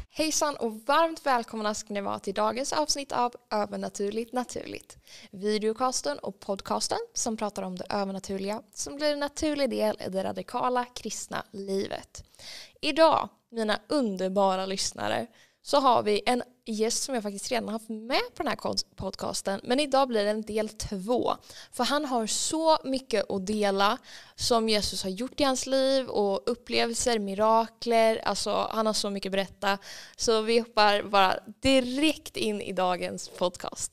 Hejsan och varmt välkomna ska ni vara till dagens avsnitt av Övernaturligt naturligt. Videocasten och podcasten som pratar om det övernaturliga som blir en naturlig del i det radikala kristna livet. Idag, mina underbara lyssnare, så har vi en gäst som jag faktiskt redan haft med på den här podcasten. Men idag blir det en del 2. För han har så mycket att dela som Jesus har gjort i hans liv och upplevelser, mirakler. Alltså han har så mycket att berätta. Så vi hoppar bara direkt in i dagens podcast.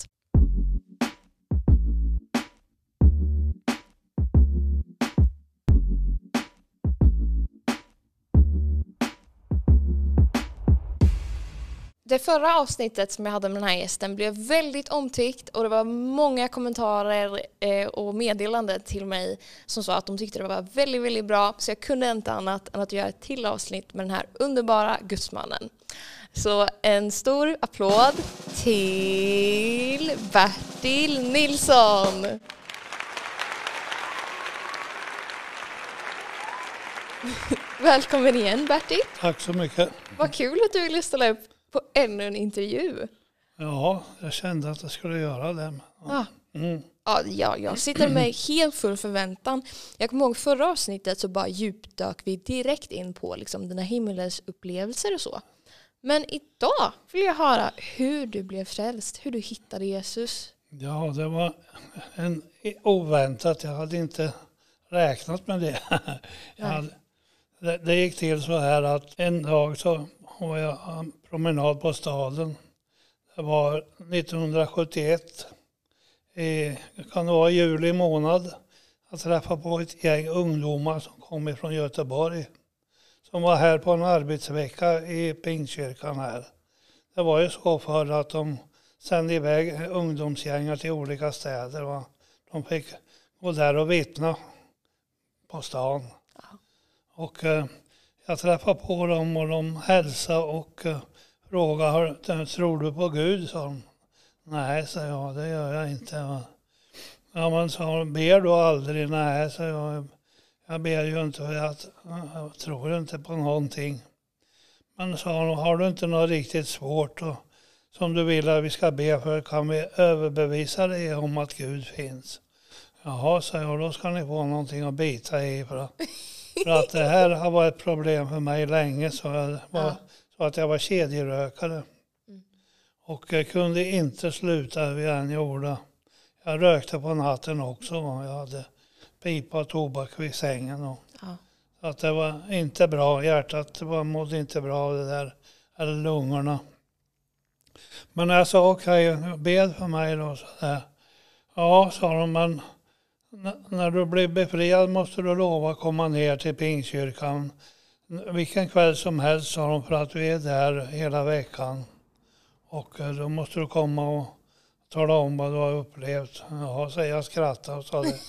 Det förra avsnittet som jag hade med den här gästen blev väldigt omtyckt och det var många kommentarer och meddelanden till mig som sa att de tyckte det var väldigt, väldigt bra. Så jag kunde inte annat än att göra ett till avsnitt med den här underbara gudsmannen. Så en stor applåd till Bertil Nilsson! Välkommen igen Bertil! Tack så mycket. Vad kul att du ville ställa upp på ännu en intervju. Ja, jag kände att jag skulle göra det. Ja. Ja, jag sitter med helt full förväntan. Jag kommer ihåg förra avsnittet så bara djupdök vi direkt in på liksom dina himmels upplevelser och så. Men idag vill jag höra hur du blev frälst, hur du hittade Jesus. Ja, det var en oväntat. Jag hade inte räknat med det. Det gick till så här att en dag så var jag promenad på staden. Det var 1971. Kan det vara juli månad. Jag träffade på ett gäng ungdomar som kom från Göteborg. Som var här på en arbetsvecka i Pingstkyrkan här. Det var ju så för att de sände iväg ungdomsgängar till olika städer. Va? De fick gå där och vittna på stan. Och jag träffade på dem och de hälsade och frågade, tror du på Gud? Sa de. Nej, sa jag, det gör jag inte. Ja, men sa de, ber du aldrig? Nej, sa jag ber ju inte för jag tror inte på någonting. Men sa de, har du inte något riktigt svårt och, som du vill att vi ska be för, kan vi överbevisa dig om att Gud finns? Jaha, sa jag, då ska ni få någonting att bita i för att det här har varit ett problem för mig länge så att jag var kedjerökare. Och jag kunde inte sluta hur jag än gjorde. Jag rökte på natten också. Jag hade pipa och tobak vid sängen. Så att det var inte bra. Hjärtat mådde inte bra av det där. Eller lungorna. Men när jag sa okej, bed för mig då. Så där. Ja, sa de, men när du blir befriad måste du lova att komma ner till Pingstkyrkan vilken kväll som helst, sa de, för att vi är där hela veckan. Och då måste du komma och tala om vad du har upplevt. Ja, så jag skrattade och sa det.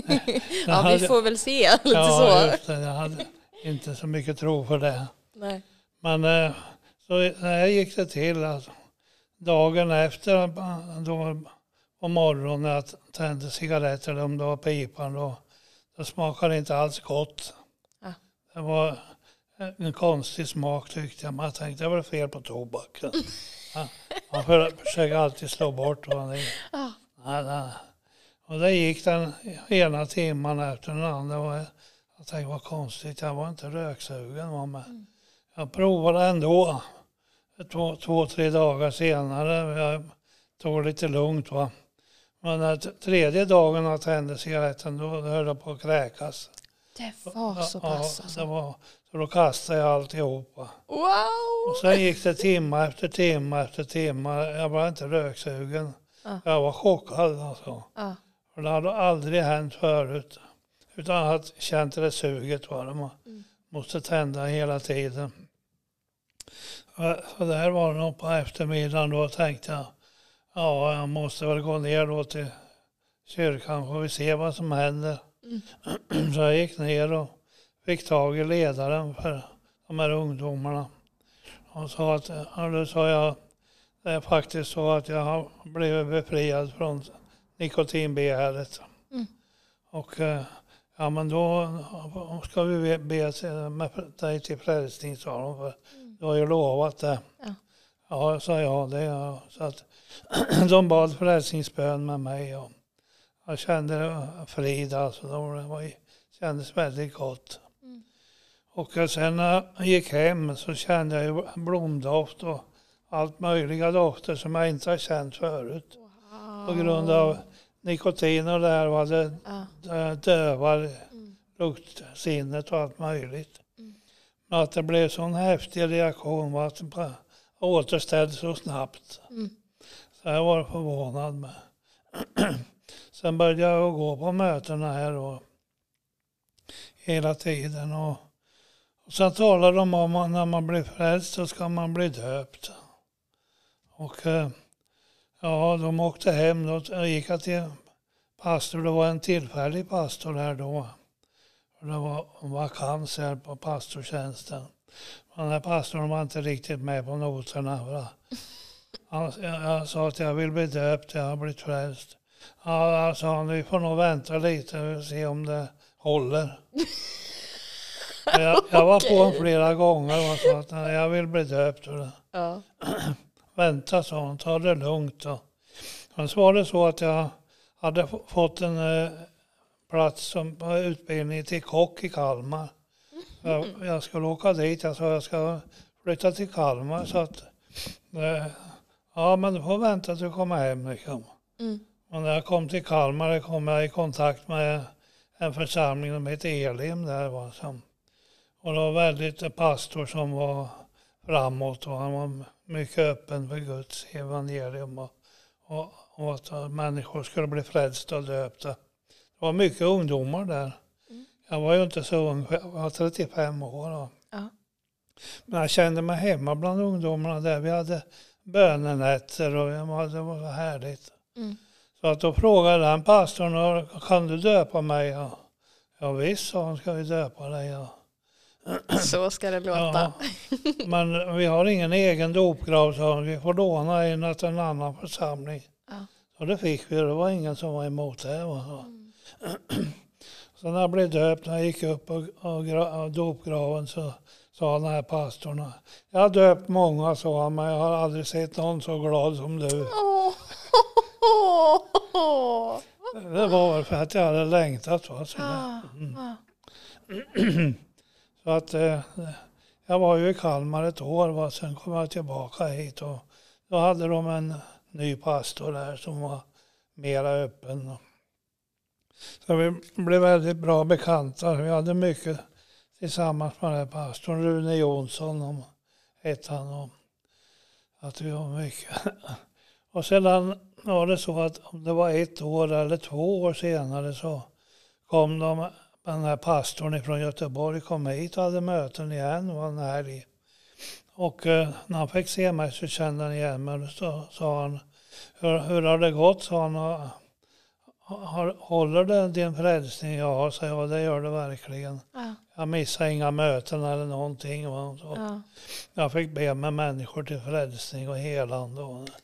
Vi får väl se lite så. Ja, just det. Jag hade inte så mycket tro för det. Nej. Men så här gick det till att dagen efter då på morgonen när jag tände cigaretter, om det var pipan, då smakade det inte alls gott. Det var en konstig smak tyckte jag. Man tänkte det var fel på tobaken. Man försöker alltid slå bort vad det är. Och det gick den ena timman efter den andra. Och jag tänkte vad konstigt, jag var inte röksugen. Men jag provade ändå 2-3 dagar senare. Jag tog lite lugnt. Va? Men den tredje dagen jag tände cigaretten då höll jag på att kräkas. Det var så pass alltså. Så då kastade jag alltihopa. Wow! Och sen gick det timma efter timma. Jag var inte röksugen. Jag var chockad alltså. För det hade aldrig hänt förut. Utan att känt det suget var det. Man måste tända hela tiden. Så där var det nog på eftermiddagen då tänkte jag. Ja, jag måste väl gå ner då till kyrkan. Får vi se vad som händer. Så jag gick ner och fick tag i ledaren för de här ungdomarna. Och sa att, då sa jag, det är faktiskt så att jag har blivit befriad från nikotinbegäret. Och ja, men då ska vi be med dig till frälsning, sa de. För du har ju lovat det. Ja. Ja, sa jag det. Ja. Så att de bad frälsningsbön med mig. Och jag kände frid, alltså. Det kändes väldigt gott. Och sen när jag gick hem så kände jag ju blomdoft och allt möjliga dofter som jag inte har känt förut. Wow. På grund av nikotin och där var det dövar luktsinnet och allt möjligt. Men att det blev sån häftig reaktion var att det återställdes så snabbt. Så jag var förvånad med. Sen började jag gå på mötena här och hela tiden. Och sen talade de om att när man blir frälst så ska man bli döpt. Och ja, de åkte hem. Då gick jag till pastor. Det var en tillfällig pastor här då. Det var vakans här på pastortjänsten. Den här pastorn var inte riktigt med på noterna. Jag sa att jag vill bli döpt, jag har blivit frälst. Ja, jag sa, vi får nog vänta lite och se om det håller. Jag var på honom flera gånger och sa att nej, jag vill bli döpt. Ja. Vänta, sa hon, ta det lugnt. Men så var det så att jag hade fått en plats som utbildning till kock i Kalmar. Jag skulle åka dit, jag sa jag ska flytta till Kalmar. Så att, ja, men du får vänta att du kommer hem. Liksom. Och när jag kom till Kalmar kom jag i kontakt med en församling som heter Elim där. Och det var väldigt pastor som var framåt och han var mycket öppen för Guds evangelium och att människor skulle bli frälsta och döpta. Det var mycket ungdomar där. Jag var ju inte så ung, jag var 35 år. Ja. Men jag kände mig hemma bland ungdomarna där. Vi hade bönenätter och det var så härligt. Så att då frågade han pastorn, kan du döpa mig? Ja visst, sa han, ska vi döpa dig? Ja. Så ska det låta. Ja, men vi har ingen egen dopgrav, så vi får låna en till en annan församling. Ja. Så det fick vi, det var ingen som var emot det. Så när jag blev döpt, när jag gick upp och dopgraven så sa den här pastorn, jag har döpt många, sa han, men jag har aldrig sett någon så glad som du. Det var för att jag hade längtat. Så att jag var ju i Kalmar ett år, sen kom jag tillbaka hit och då hade de en ny pastor där som var mera öppen. Så vi blev väldigt bra bekanta. Vi hade mycket tillsammans med den här pastorn, Rune Jonsson hette han. Och att vi var mycket. Och sedan var det så att om det var 1 år eller 2 år senare så kom den här pastorn från Göteborg kom hit och hade möten igen och var en helg. Och när han fick se mig så kände han igen mig och så sa han, hur har det gått? Sa han, håller det din frälsning? Ja, sa jag, det gör det verkligen. Ja. Jag missade inga möten eller någonting. Och så. Ja. Jag fick be med människor till frälsning och helande.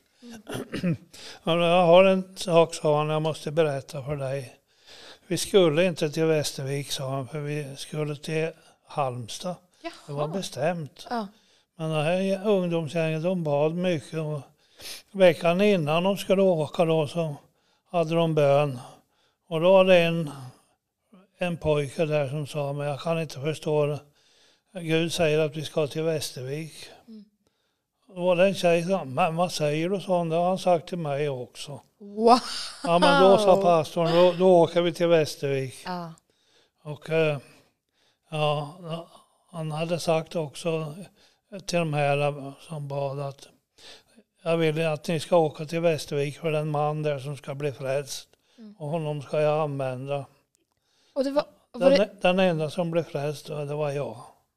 Jag har en sak, sa han, jag måste berätta för dig. Vi skulle inte till Västervik, sa han, för vi skulle till Halmstad. Jaha. Det var bestämt. Ja. Men det här ungdomsgänget, de bad mycket. Och veckan innan de skulle åka då så hade de bön. Och då var det en pojke där som sa, men jag kan inte förstå det. Gud säger att vi ska till Västervik. Då var det en tjej som sa, men vad säger du? Så det har han sagt till mig också. Wow. Ja, men då sa pastorn, då åker vi till Västervik. Ja. Och ja, han hade sagt också till de här som bad att jag vill att ni ska åka till Västervik för den man där som ska bli frälst. Och honom ska jag använda. Och det var den enda som blev frälst, det var jag.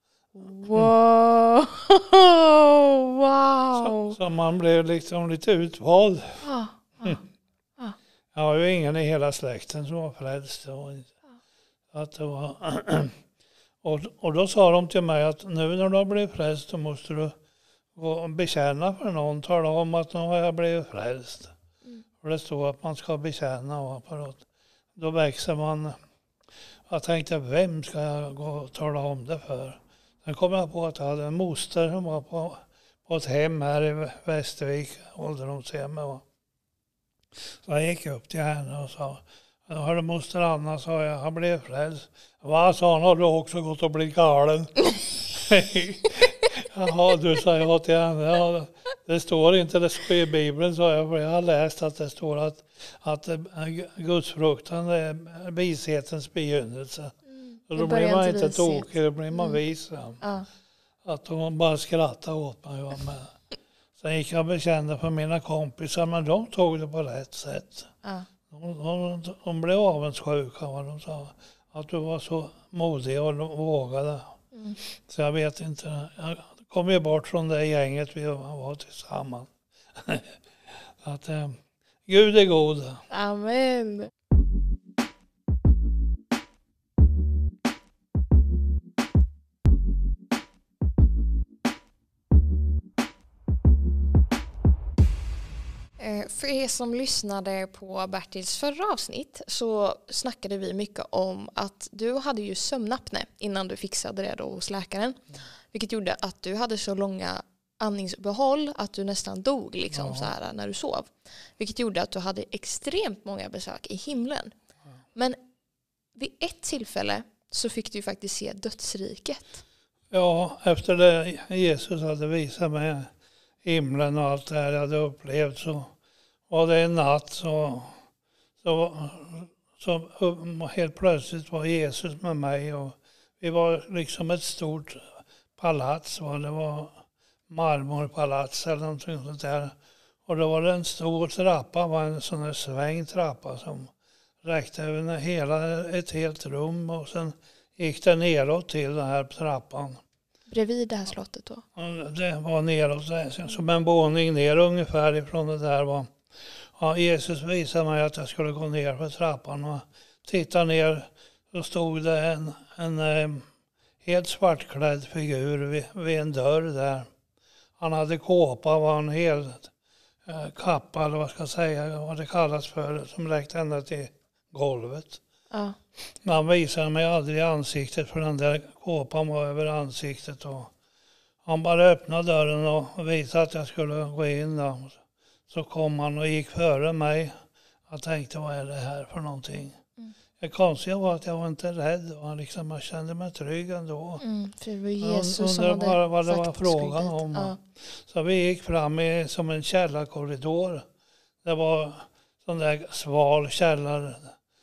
Wow. Wow. Så man blev liksom lite utvald. Jag har ju ingen i hela släkten som var frälst. Att det var och då sa de till mig att nu när du har blivit frälst så måste du gå och bekänna för någon. Tala om att nu har jag blivit frälst. Och det står att man ska bekänna. Då växer man. Jag tänkte, vem ska jag gå och tala om det för? Sen kom jag på att jag hade en moster som var på ett hem här i Västervik, ålderdomshem. Så jag gick upp till henne och sa, hörde moster Anna, sa jag blev frälst. Vad sa hon, har du också gått och blivit galen? Jaha, du, sa jag till henne. Ja, det står inte, det står i Bibeln, sa jag, för jag har läst att det står att gudsfruktan är vishetens begynnelse. Så då blir man inte tokig, då blir man vis. Ja. Att de bara skrattade åt mig. Men sen gick jag och bekände för mina kompisar, men de tog det på rätt sätt. Ja. De blev avundsjuka, vad de sa. Att du var så modig och vågade. Så jag vet inte. Jag kom ju bort från det gänget vi var tillsammans. Att Gud är god. Amen. För er som lyssnade på Bertils förra avsnitt så snackade vi mycket om att du hade ju sömnapné innan du fixade det då hos läkaren. Vilket gjorde att du hade så långa andningsuppehåll att du nästan dog liksom, så här, när du sov. Vilket gjorde att du hade extremt många besök i himlen. Men vid ett tillfälle så fick du ju faktiskt se dödsriket. Ja, efter det Jesus hade visat mig himlen och allt det här jag hade upplevt, så var det en natt så helt plötsligt var Jesus med mig, och vi var liksom ett stort palats, och det var marmorpalats eller någonting sånt där. Och då var det en stor trappa, var en sån här svängtrappa som räckte över hela ett helt rum, och sen gick det neråt till den här trappan. Bredvid det här slottet då? Det var neråt där, som en våning ner ungefär ifrån det där var. Ja, Jesus visade mig att jag skulle gå ner för trappan och titta ner, så stod det en helt svartklädd figur vid en dörr där. Han hade kåpa, var en hel kappa, eller vad ska jag säga, vad det kallas för, som räckte ända till golvet. Ja. Men han visade mig aldrig i ansiktet, för den där kåpan var över ansiktet. Och han bara öppnade dörren och visade att jag skulle gå in. Då. Så kom han och gick före mig. Jag tänkte, vad är det här för någonting? Det konstiga var att jag var inte rädd. Och liksom, jag kände mig trygg ändå. För det var Jesus som hade bara vad det var frågan om. Ja. Så vi gick fram som en källarkorridor. Det var sån där sval källare.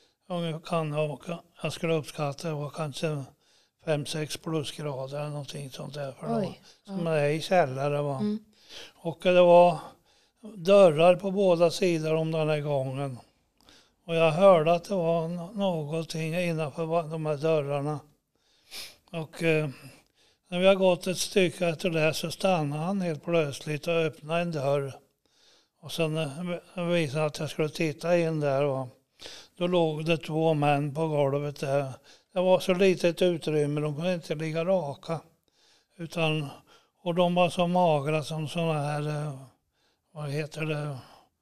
Jag skulle uppskatta det var kanske 5-6 plusgrader eller någonting sånt där. För det som är i källare. Va? Och det var dörrar på båda sidor om den här gången. Och jag hörde att det var någonting innanför de här dörrarna. Och när vi har gått ett stycke efter det så stannade han helt plötsligt och öppnade en dörr. Och sen visade att jag skulle titta in där. Och då låg det 2 män på golvet där. Det var så litet utrymme, de kunde inte ligga raka. Och de var så magra som sådana här, vad heter det,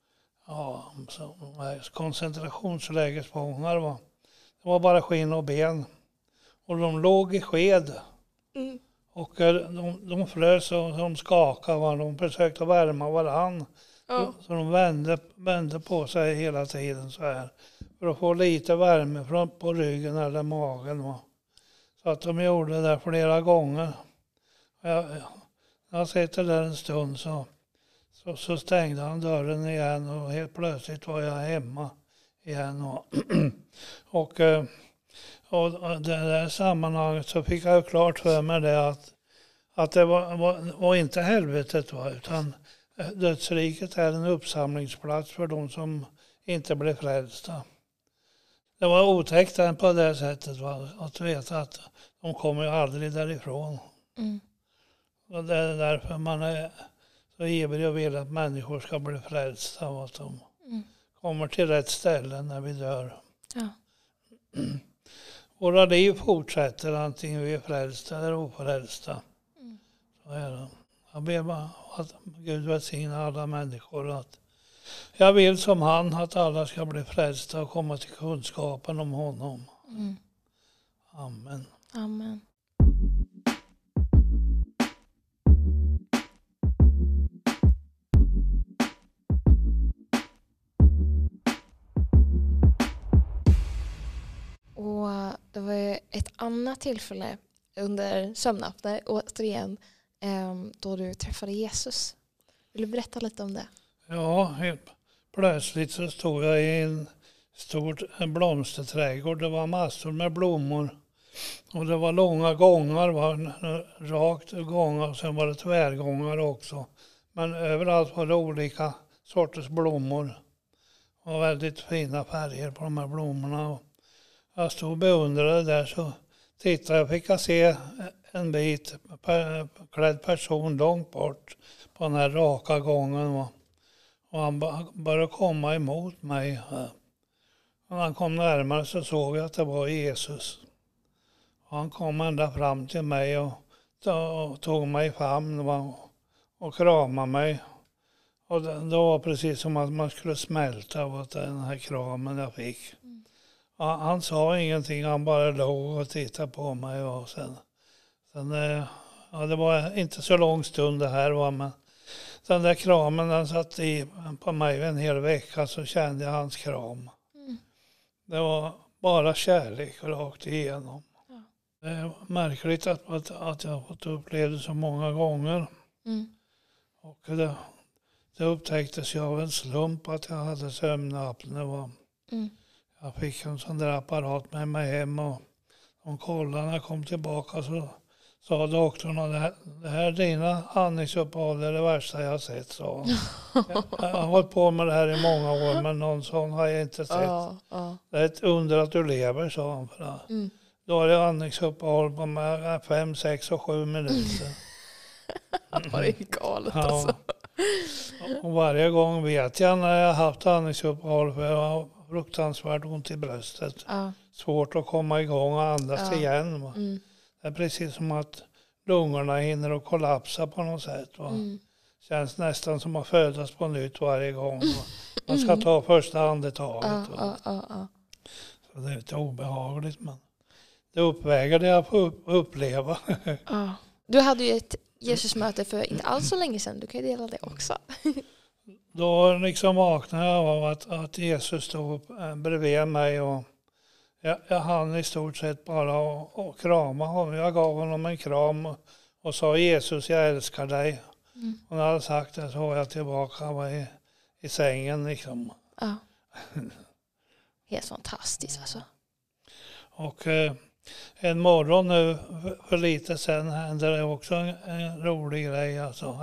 koncentrationslägesfångar. Det var bara skinn och ben. Och de låg i sked. Och de frös och de skakade, de försökte värma varann. Så de vände på sig hela tiden så här. För att få lite värme på ryggen eller magen. Så att de gjorde det där flera gånger. Jag har sett det där en stund så stängde han dörren igen. Och helt plötsligt var jag hemma igen. Och det där sammanhanget så fick jag klart för mig det att det var inte helvetet, utan dödsriket är en uppsamlingsplats för de som inte blev frälsta. Det var otäckt på det sättet, att veta att de kommer aldrig därifrån. Och det är därför man är så ivrig och vill att människor ska bli frälsta och att de kommer till rätt ställe när vi dör. Ja. Våra liv fortsätter antingen vi är frälsta eller ofrälsta. Så är det. Jag ber bara att Gud välsignar alla människor. Jag vill som han att alla ska bli frälsta och komma till kunskapen om honom. Amen. Amen. Det var ett annat tillfälle under sömnaftnen, återigen, då du träffade Jesus. Vill du berätta lite om det? Ja, helt plötsligt så stod jag i en stor blomsterträdgård. Det var massor med blommor. Och det var långa gångar, rakt gångar, och sen var det tvärgångar också. Men överallt var det olika sorters blommor. Och väldigt fina färger på de här blommorna. Och jag stod och beundrade där, så tittade jag, fick jag se en bit klädd person långt bort på den här raka gången. Och han började komma emot mig. Och när han kom närmare så såg jag att det var Jesus. Och han kom ända fram till mig och tog mig i famn och kramade mig. Och det var precis som att man skulle smälta av den här kramen jag fick. Han sa ingenting, han bara låg och tittade på mig. Och sen det var inte så lång stund det här, men den där kramen den satt i på mig en hel vecka, så kände jag hans kram. Det var bara kärlek rakt igenom. Ja. Det är märkligt att jag har fått uppleva det så många gånger. Och det upptäcktes ju av en slump att jag hade sömnapné. Jag fick en sån där apparat med mig hem, och de kollade när jag kom tillbaka, så sa doktorn att det här dina andningsuppehåll är det värsta jag har sett. Så jag har hållit på med det här i många år, men någon sån har jag inte sett. Det är ett under att du lever, sa han. Då är det andningsuppehåll på 5, 6 och 7 minuter. Det är galet alltså. Och varje gång vet jag när jag har haft andningsuppehåll, för jag har fruktansvärt ont i bröstet. Svårt att komma igång och andas igen. Det är precis som att lungorna hinner att kollapsa på något sätt. Känns nästan som att födas på nytt varje gång. Man ska ta första andetaget. Så det är lite obehagligt, men det uppväger det jag får uppleva. Du hade ju ett Jesusmöte för inte alls så länge sedan. Du kan ju dela det också. Då liksom vaknade jag av att Jesus stod bredvid mig, och jag hann i stort sett bara och krama honom. Jag gav honom en kram och sa Jesus, jag älskar dig. Och när jag hade sagt det så var jag tillbaka i sängen. Liksom. Ja. Helt fantastiskt alltså. Och en morgon nu för lite sedan hände det också en rolig grej. Alltså.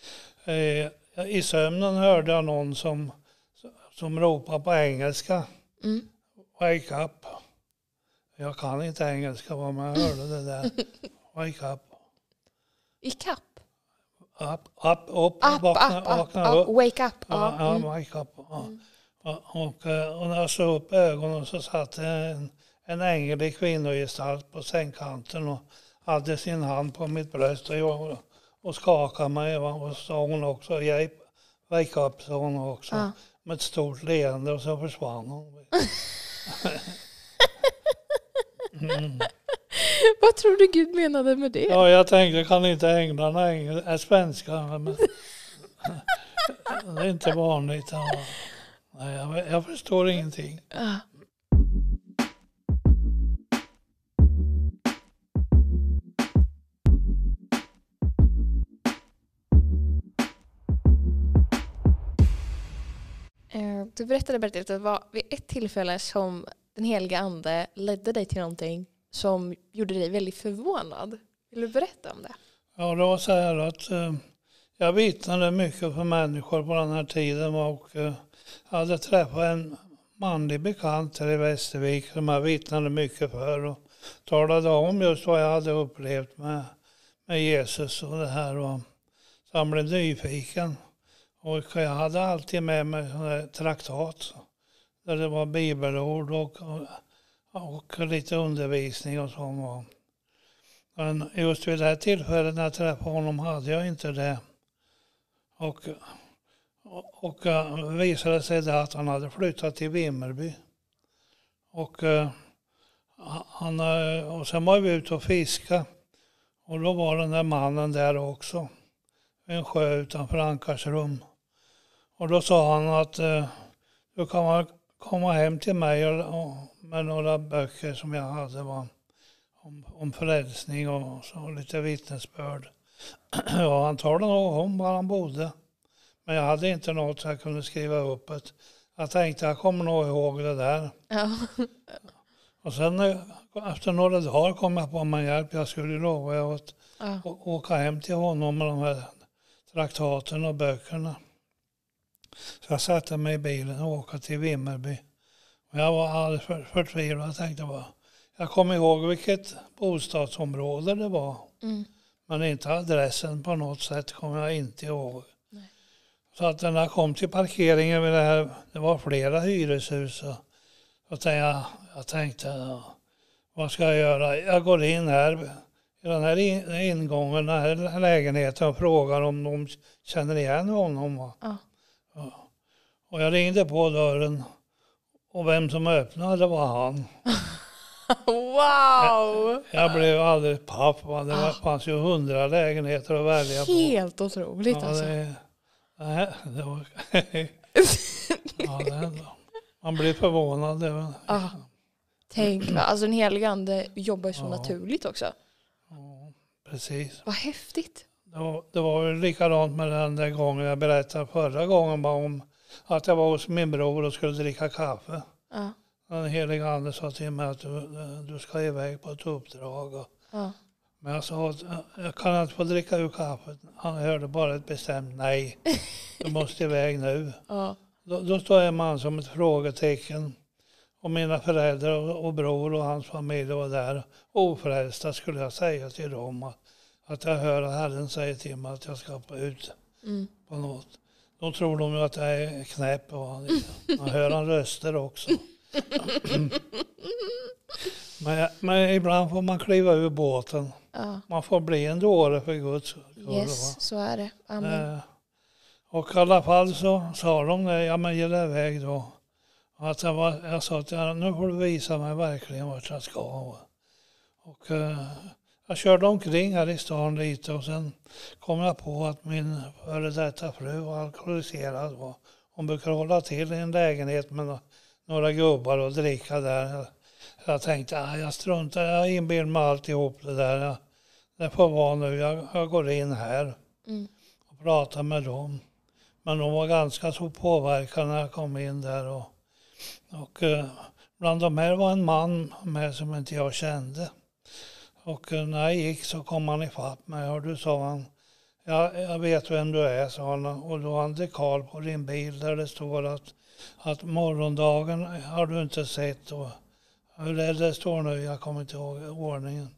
I sömnen hörde jag någon som ropade på engelska. Wake up. Jag kan inte engelska, men jag hörde det där. Wake up. I kapp? Up, vakna upp. Wake up. Ja, wake up. Och när jag slog upp ögonen så satt en ängel i kvinnogestalt på sängkanten och hade sin hand på mitt bröst och skakade mig. Och sa hon också, wake up, sa hon också. Med ett stort leende, och så försvann hon. Vad tror du Gud menade med det? Ja, jag tänkte, kan inte änglarna är svenska? Men det är inte vanligt. Ja. Nej, jag förstår ingenting. Du berättade att det var vid ett tillfälle som den heliga ande ledde dig till någonting som gjorde dig väldigt förvånad. Vill du berätta om det? Ja, det var så här att jag vittnade mycket för människor på den här tiden, och hade träffat en manlig bekant här i Västervik som jag vittnade mycket för och talade om just vad jag hade upplevt med Jesus och det här. Och så han blev nyfiken. Och jag hade alltid med mig en traktat där det var bibelord och lite undervisning och sånt. Men just vid det här tillfället när jag träffade honom hade jag inte det. Och visade sig det att han hade flyttat till Vimmerby. Och sen var vi ute och fiska. Och då var den där mannen där också. En sjö utanför Ankarsrum. Och då sa han att du kan vara komma hem till mig och med några böcker som jag hade om frälsning och så lite vittnesbörd. Ja, han talade nog om var han bodde. Men jag hade inte något så jag kunde skriva upp det. Jag tänkte jag kommer nog ihåg det där. Ja. Och sen efter några dagar kom jag på mig hjälp. Jag skulle lova att åka hem till honom med de här traktaten och böckerna. Så jag satte mig i bilen och åkte till Vimmerby. Och jag var alldeles förtvivlad. Jag tänkte bara, jag kom ihåg vilket bostadsområde det var. Mm. Men inte adressen på något sätt kommer jag inte ihåg. Nej. Så att när jag kom till parkeringen med det var flera hyreshus. Och jag tänkte, vad ska jag göra? Jag går in här i den här ingången, den här lägenheten och frågar om de känner igen honom. Ja. Och jag ringde på dörren och vem som öppnade det var han. Wow! Jag blev alldeles paff. Det fanns ju 100 lägenheter att välja på. Helt otroligt alltså. Det var man blir förvånad. Tänk, alltså en helig ande jobbar så naturligt också. Ja, precis. Vad häftigt. Det var ju likadant med den där gången jag berättade förra gången om att jag var hos min bror och skulle dricka kaffe. Ja. Den heliga ande sa till mig att du ska iväg på ett uppdrag. Ja. Men jag sa att jag kan inte få dricka ur kaffet. Han hörde bara ett bestämt nej. Du måste iväg nu. Ja. Då står jag man som ett frågetecken. Och mina föräldrar och bror och hans familj var där. Ofrälsta skulle jag säga till dem. Att jag hör att Herren säger till mig att jag ska ut på något. Då tror de ju att jag är knäpp. Man hör han röster också. Men ibland får man kliva ur båten. Ja. Man får bli en dåre för Guds skull. Yes, så är det. Amen. Och i alla fall så sa de det, ja men ge dig iväg då. Att jag sa att nu får du visa mig verkligen vart jag ska. Och jag körde omkring här i stan lite och sen kom jag på att min före detta fru var alkoholiserad. Hon brukar hålla till i en lägenhet med några gubbar och dricka där. Jag tänkte, jag struntar, jag inbillar mig alltihop det där. Det får vara nu, jag går in här och pratar med dem. Men de var ganska så påverkade när jag kom in där. Och bland de här var en man med som inte jag kände. Och när jag gick så kom han ifatt mig och du sa han, jag vet vem du är, sa han. Och då har han dekal på din bil där det står att morgondagen har du inte sett. Och hur är det står nu? Jag kommer inte ihåg ordningen.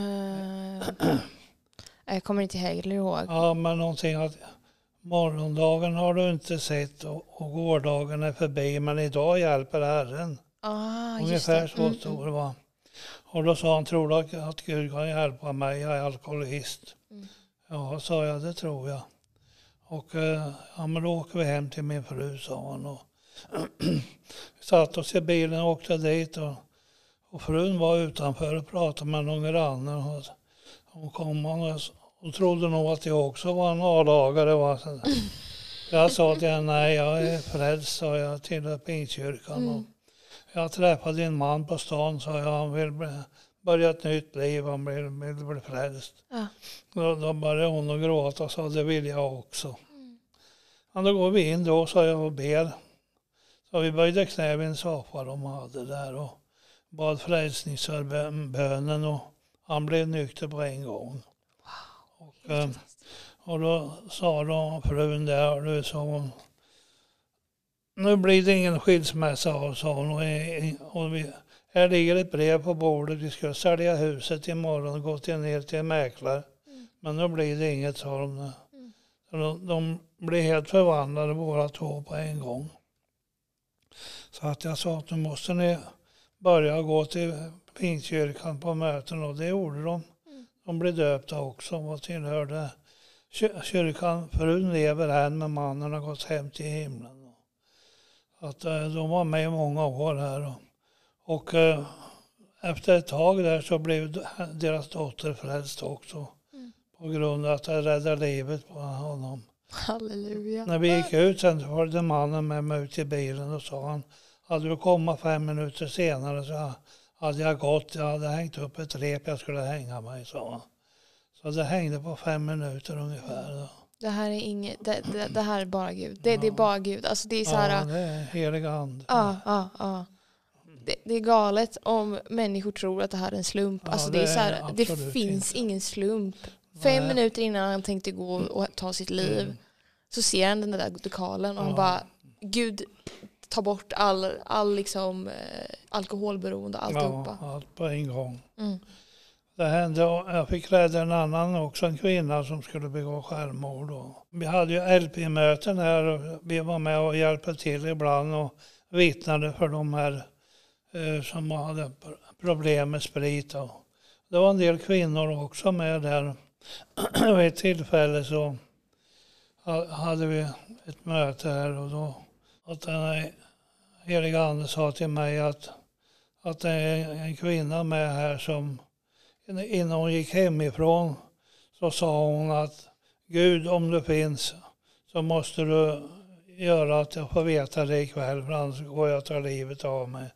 Jag kommer inte heller ihåg. Ja, men någonting att morgondagen har du inte sett och gårdagen är förbi. Men idag hjälper Herren. Ungefär så stod det va. Och då sa han, tror du att Gud kan hjälpa mig? Jag är alkoholist. Ja, sa jag, det tror jag. Och men då åker vi hem till min fru, sa han. Och vi satt oss i bilen och åkte dit. Och frun var utanför och pratade med någon granne. Och hon kom och trodde nog att jag också var en A-lagare. Jag sa till henne, nej jag är frälst, sa jag, till Pingstkyrkan. Jag träffade en man på stan, sa jag, han vill börja ett nytt liv, han vill bli frälst. Ja. Då började hon att gråta och sa, det vill jag också. Men då går vi in då, sa jag, och ber. Så vi böjde knä vid en soffa de hade där och bad frälsningsbönen och han blev nykter på en gång. Wow. Och då sa de frun där, och sa hon, nu blir det ingen skilsmässa, sa hon. Och här ligger ett brev på bordet, vi ska sälja huset imorgon och gå ner till en mäklare. Men nu blir det inget, sa de. De blir helt förvandlade båda två på en gång. Så att jag sa att nu måste ni börja gå till Pingstkyrkan på möten, och det gjorde de. De blev döpta också och tillhörde kyrkan. Frun lever än, men mannen har gått hem till himlen. Att de var med i många år här. Och efter ett tag där så blev deras dotter frälst också. På grund av att jag räddade livet på honom. Halleluja. När vi gick ut sen följde mannen med mig ut i bilen och sa han hade du kommit 5 minuter senare så hade jag gått. Jag hade hängt upp ett rep jag skulle hänga mig, sa han. Så det hängde på 5 minuter ungefär. Det här är inget, det här är bara Gud. Det är bara Gud. Alltså det är så här, ja, det är helig ande. Ja. Det är galet om människor tror att det här är en slump. Ja, alltså det är så här, det finns inte. ingen slump. 5 minuter innan han tänkte gå och ta sitt liv så ser han den där dekalen och han bara, Gud, ta bort all liksom alkoholberoende, alltihopa. Ja, allt på en gång. Mm. Det hände, jag fick rädda en annan också, en kvinna som skulle begå självmord. Vi hade ju LP-möten här och vi var med och hjälpte till ibland och vittnade för de här som hade problem med sprit. Det var en del kvinnor också med där. Vid ett tillfälle så hade vi ett möte här och då att den här heliga ande sa till mig att det är en kvinna med här som innan hon gick hemifrån så sa hon att Gud, om du finns så måste du göra att jag får veta det ikväll, för annars går jag att ta livet av mig.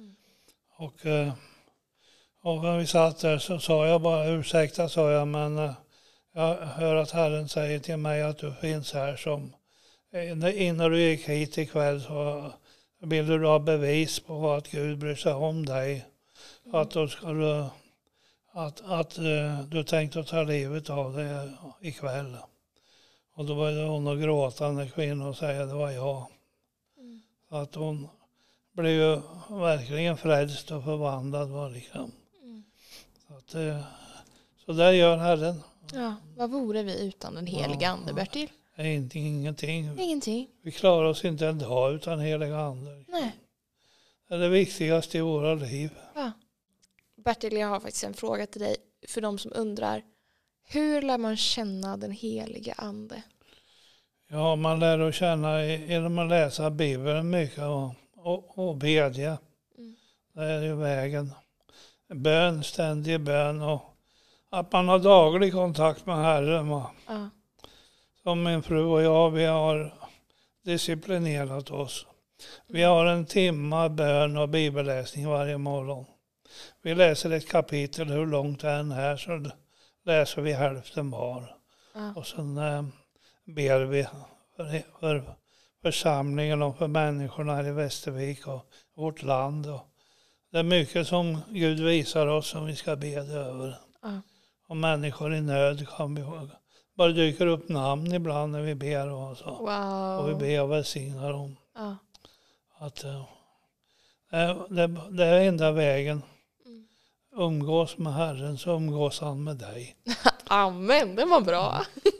Och när vi satt där så sa jag bara, ursäkta, sa jag, men jag hör att Herren säger till mig att du finns här som innan du gick hit ikväll så vill du ha bevis på att Gud bryr sig om dig. Att då ska du att du tänkte ta livet av dig ikväll. Och då var det hon och gråtande kvinna och säga det var jag. Så att hon blev ju verkligen frälst och förvandlad. Var liksom. Så där gör Herren. Ja, vad vore vi utan den heliga ande, Bertil? Ingenting. Vi klarar oss inte en dag utan heliga ande. Nej. Det är det viktigaste i våra liv. Ja. Bertil, jag har faktiskt en fråga till dig för de som undrar. Hur lär man känna den heliga ande? Ja, man lär att känna genom att läsa Bibeln mycket och bedja. Det är ju vägen. Bön, ständig bön och att man har daglig kontakt med Herren. Ja. Som min fru och jag, vi har disciplinerat oss. Vi har en timme bön och bibelläsning varje morgon. Vi läser ett kapitel hur långt det än är så läser vi hälften var. Ja. Och sen ber vi för församlingen och för människorna här i Västervik och vårt land. Och det är mycket som Gud visar oss som vi ska bedja över. Ja. Och människor i nöd kan vi bara dyker upp namn ibland när vi ber och så. Wow. Och vi ber och välsignar dem. Ja. Att det är enda vägen. Umgås med Herren så umgås han med dig. Amen, det var bra.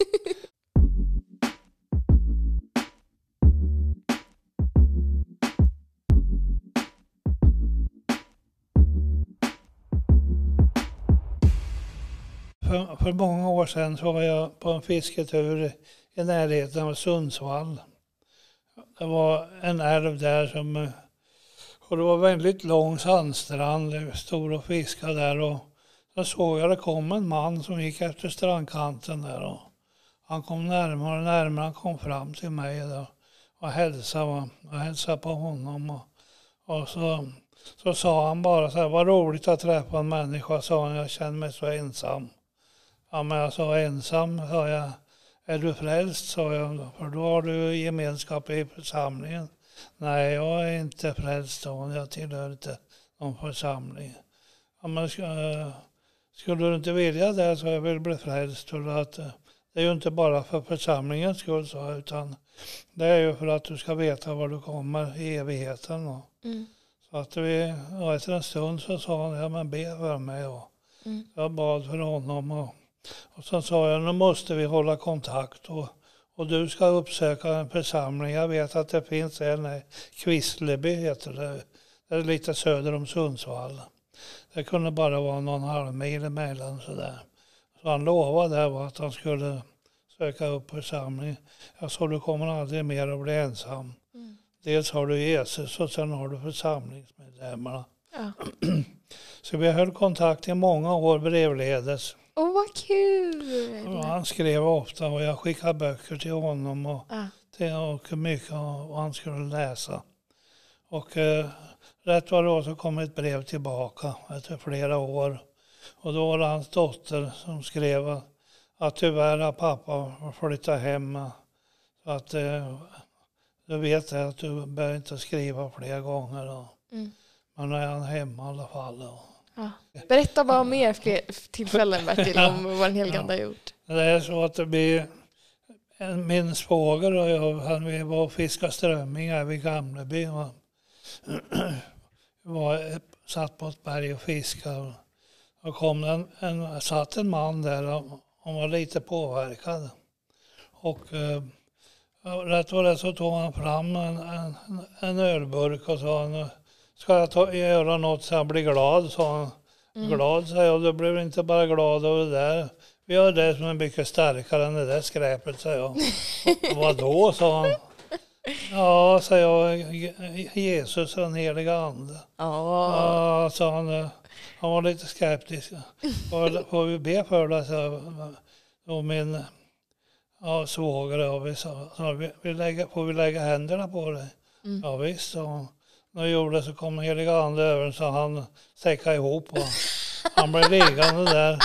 För många år sedan så var jag på en fisketur i närheten av Sundsvall. Det var en älv där och det var väldigt lång sandstrand. Det stod och fiskade där och så såg jag det kom en man som gick efter strandkanten där och han kom närmare och närmare. Han kom fram till mig där och hälsade på honom och så sa han bara så här, vad roligt att träffa en människa, sa han, jag känner mig så ensam. Ja, men jag sa ensam, sa jag, är du frälst, sa jag, för då har du gemenskap i församlingen. Nej, jag är inte frälst, sa jag tillhör inte någon församling. Ja, men skulle du inte vilja det så jag vill bli frälst, för att det är ju inte bara för församlingens skull, så, utan det är ju för att du ska veta var du kommer i evigheten. Så att efter en stund så sa han, ja men be för mig. Och jag bad för honom och så sa jag, nu måste vi hålla kontakt och du ska uppsöka en församling. Jag vet att det finns en Kvissleby heter det. Det är lite söder om Sundsvall. Det kunde bara vara någon halvmil emellan sådär. Så han lovade där att han skulle söka upp församling. Jag sa, du kommer aldrig mer att bli ensam. Dels har du Jesus och sen har du församlingsmedlemmarna. Ja. Så vi höll kontakt i många år brevledes. Åh, vad kul! Och han skrev ofta och jag skickade böcker till honom och mycket och han skulle läsa. Och rätt vad det var så kom ett brev tillbaka efter flera år. Och då var det hans dotter som skrev att tyvärr har pappa flyttat hem. Så att du vet att du behöver inte skriva fler gånger. Då. Men nu är han hemma i alla fall. Då. Ja. Berätta bara mer fler tillfällen, Bertil, om vad den helige ande har gjort. Det är så att det blir min svåger och jag, vi var och fiskade strömming här vid Gamleby. Satt på ett berg och fiskade. Och kom satt en man där och han var lite påverkad. Och rätt vad det så tog han fram en ölburk och sa han, ska jag göra något så jag blir glad, sa han. Glad, sa jag, du blir inte bara glad över det där. Vi gör det som är mycket starkare än det där skräpet, sa jag. Vadå, sa han. Ja, sa jag, Jesus och den heliga ande. Ja, sa han. Han var lite skeptisk. Får vi be för det, så och min svåger och vi sa, får vi lägga händerna på dig? Ja visst, så när vi gjorde det så kom den heliga ande över så han stäckade ihop och han blev liggande där.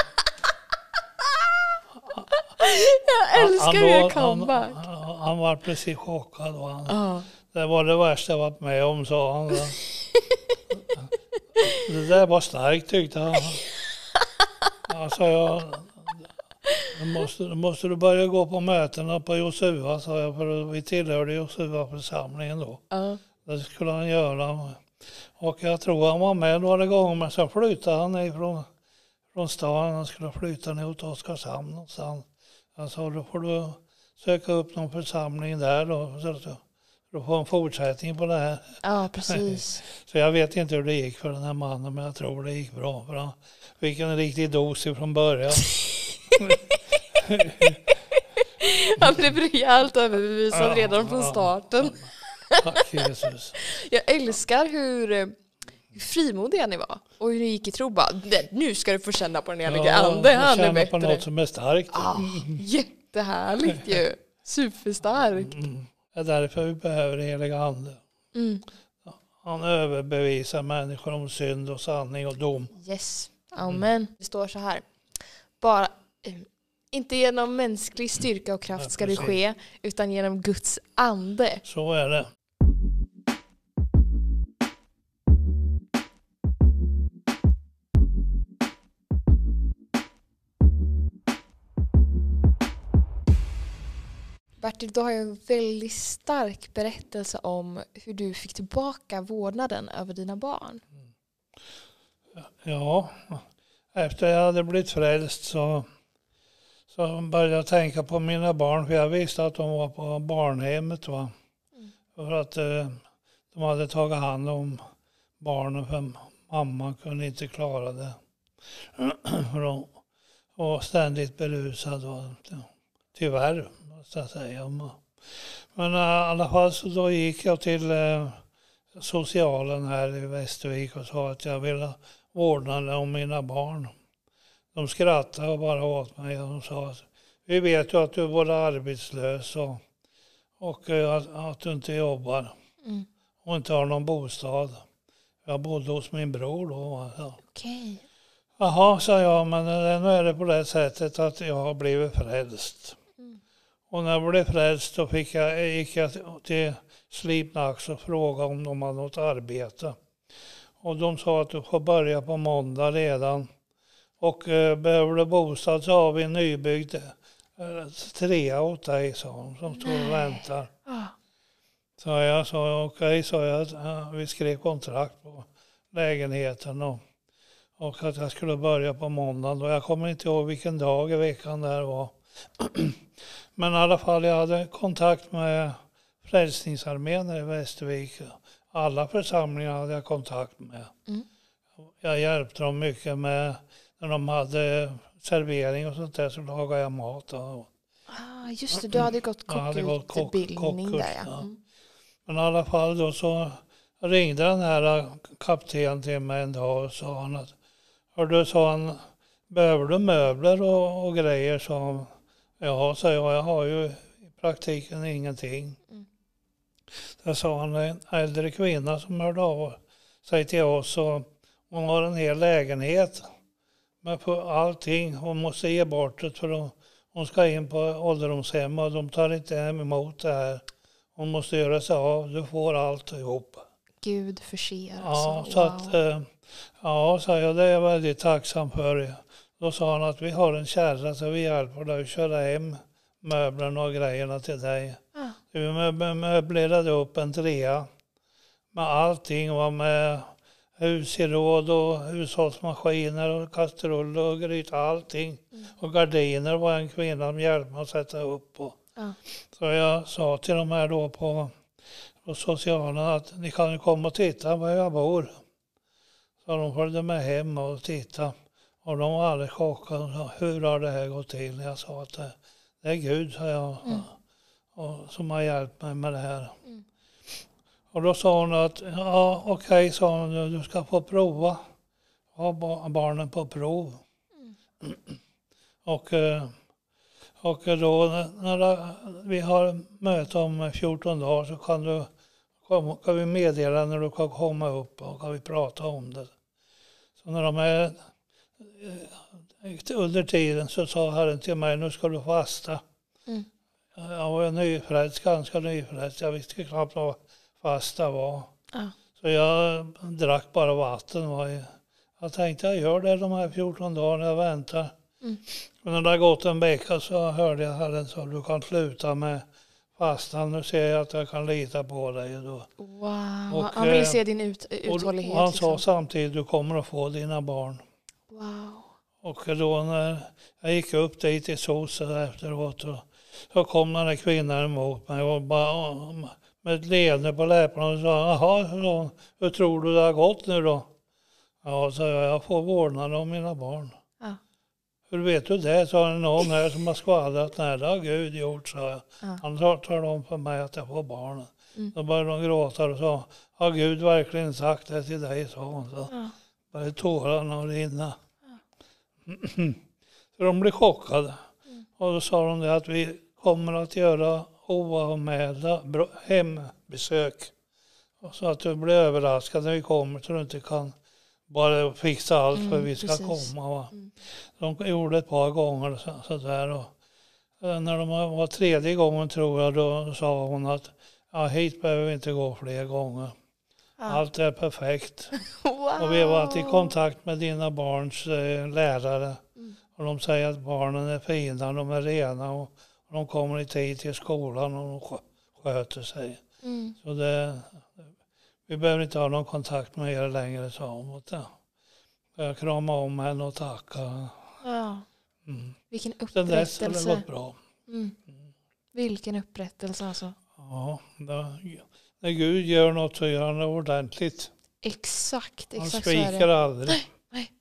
Jag älskar er comeback. Han var precis chockad. Det var det värsta jag varit med om, sa han. Det där var starkt, tyckte han. Sa jag, måste du börja gå på mötena på Josua, sa jag, för vi tillhörde Josua-församlingen då. Det skulle han göra. Och jag tror han var med några gånger, men så flyttade han från stan. Han skulle flytta ner till Oskarshamn någonstans. Jag sa, då får du söka upp någon församling där då, så du får en fortsättning på det här. Ja, precis. Så jag vet inte hur det gick för den här mannen, men jag tror det gick bra. För han fick en riktig dos från början. Han blev rejält överbevisad redan från starten. Tack Jesus. Jag älskar hur frimodiga ni var och hur ni gick i tro. Bara, nu ska du få känna på den heliga ande. Han är bättre. På något som är starkt. Jättehärligt ju. Superstarkt. Det är därför vi behöver heliga ande. Han överbevisar människor om synd och sanning och dom. Yes, amen. Det står så här. Bara, inte genom mänsklig styrka och kraft ska det ske, utan genom Guds ande. Så är det. Bertil, då har jag en väldigt stark berättelse om hur du fick tillbaka vårdnaden över dina barn. Ja, efter jag hade blivit frälst så började jag tänka på mina barn. För jag visste att de var på barnhemmet. För att de hade tagit hand om barnen för mamma kunde inte klara det. För de var ständigt berusad. Tyvärr. Så att säga. Men i alla fall så då gick jag till socialen här i Västervik och sa att jag ville vårdnaden om mina barn. De skrattade och bara åt mig och de sa att vi vet ju att du är både arbetslös och att du inte jobbar och inte har någon bostad. Jag bodde hos min bror då. Okej. Jaha, sa jag, men nu är det på det sättet att jag har blivit frälst. Och när jag blev frälst så gick jag till Slipnax och frågade om de hade något arbete. Och de sa att du får börja på måndag redan. Och behöver du bostad så har vi en nybyggd trea åt dig, sa de, som står och väntar. Så jag sa okej, sa jag. Vi skrev kontrakt på lägenheten och att jag skulle börja på måndagen. Och jag kommer inte ihåg vilken dag i veckan det var. Men i alla fall, jag hade kontakt med Frälsningsarmén i Västervik. Alla församlingar hade jag kontakt med. Jag hjälpte dem mycket med när de hade servering och sånt där, så lagade jag mat. Just det, du hade gått kockutbildning där. Ja. Men i alla fall då så ringde den här kapten till mig en dag och sa han att sa han, behöver du möbler och grejer? Så ja, sa jag har ju i praktiken ingenting. Där sa han en äldre kvinna som hörde av sig till oss. Och hon har en hel lägenhet med på allting. Hon måste ge bort det för hon ska in på ålderdomshem och de tar inte emot det här. Hon måste göra sig av, du får allt ihop. Gud förser. Ja, så att, sa jag, det är jag väldigt tacksam för. Då sa han att vi har en kärra så vi hjälper dig att köra hem möblerna och grejerna till dig. Ja. Vi möblerade upp en 3 med allting, var med husgeråd och hushållsmaskiner och kastruller och gryt, allting. Och gardiner var en kvinna som hjälpte mig att sätta upp. Så jag sa till de här då på socialen att ni kan ju komma och titta var jag bor. Så de följde med hem och tittade. Och de var alldeles chockade och sa, hur har det här gått till? Jag sa att det är Gud, sa jag, och som har hjälpt mig med det här. Och då sa hon att, ja okej, sa hon, du ska få prova. Ha barnen på prov. Och då när vi har möte om 14 dagar så kan vi meddela när du kan komma upp och kan vi prata om det. Så när de är under tiden så sa Herren till mig, nu ska du fasta. Jag var nyfrälst, ganska nyfrälst. Jag visste knappt vad fasta var. Så jag drack bara vatten. Jag tänkte jag gör det de här 14 dagarna jag väntar. Och när det har gått en vecka så hörde jag Herren så du kan sluta med fastan. Nu ser jag att jag kan lita på dig. Då. Wow, och, han vill se din uthållighet. Och han sa samtidigt du kommer att få dina barn. Wow. Och då när jag gick upp dit i sosen efteråt så kom den här kvinnan emot mig och bara med ett leende på läpparna och sa, jaha, hur tror du det har gått nu då? Ja, så jag får vårdnad om mina barn. Ja. Hur vet du det? Så är det någon här som har skvallrat. Nej, det har Gud gjort, sa jag. Ja. Han talade om för mig att jag får barn. Då började de gråta och sa, har Gud verkligen sagt det till dig? Så hon. Så började tårarna att rinna. Så de blev chockade. Och då sa de det att vi kommer att göra oanmälda hembesök. Och så att du blir överraskad när vi kommer så du inte kan bara fixa allt för vi ska komma. Va? De gjorde ett par gånger så där. Och när de var 3:e gången tror jag då sa hon att hit behöver vi inte gå fler gånger. Allt är perfekt. Wow. Och vi har varit i kontakt med dina barns lärare. Och de säger att barnen är fina, de är rena och de kommer i tid till skolan och de sköter sig. Så vi behöver inte ha någon kontakt med er längre, sa hon. Jag kramade om henne och tackade. Ja. Vilken Sen dess har upprättelse. det gått bra. Vilken upprättelse alltså. Ja, när Gud gör något så gör han det ordentligt. Exakt Han så är sviker det. aldrig. Nej.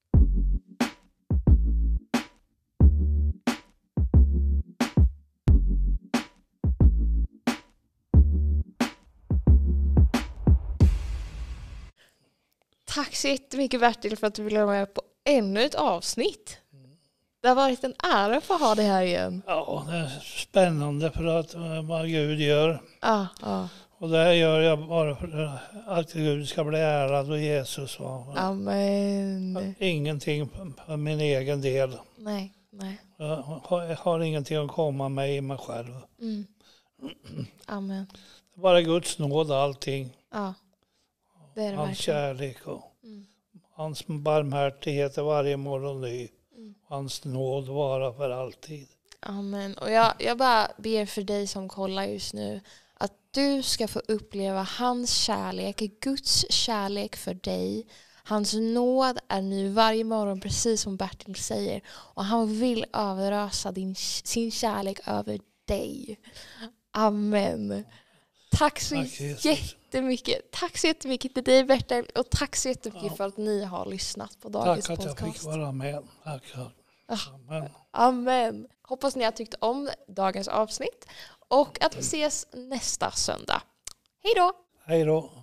Tack så jättemycket Bertil för att du ville vara med på ännu ett avsnitt. Det har varit en ära för att ha det här igen. Ja, det är spännande för att vad Gud gör. Ja. Och det här gör jag bara för att Gud ska bli ärad och Jesus var. Amen. Ingenting för min egen del. Nej. Jag har ingenting att komma med i mig själv. Amen. Det är bara Guds nåd allting. Ja. Det är det hans verkligen. kärlek och hans barmhärtighet är varje morgon ny. Hans nåd vara för alltid. Amen. Och jag bara ber för dig som kollar just nu att du ska få uppleva hans kärlek, Guds kärlek för dig. Hans nåd är ny varje morgon, precis som Bertil säger. Och han vill överösa sin kärlek över dig. Amen. Tack så jättemycket. Tack så jättemycket till dig Bertil. Och tack så jättemycket för att ni har lyssnat på dagens podcast. Tack att jag fick vara med. Tack. Amen. Amen. Hoppas ni har tyckt om dagens avsnitt. Och att vi ses nästa söndag. Hej då! Hej då!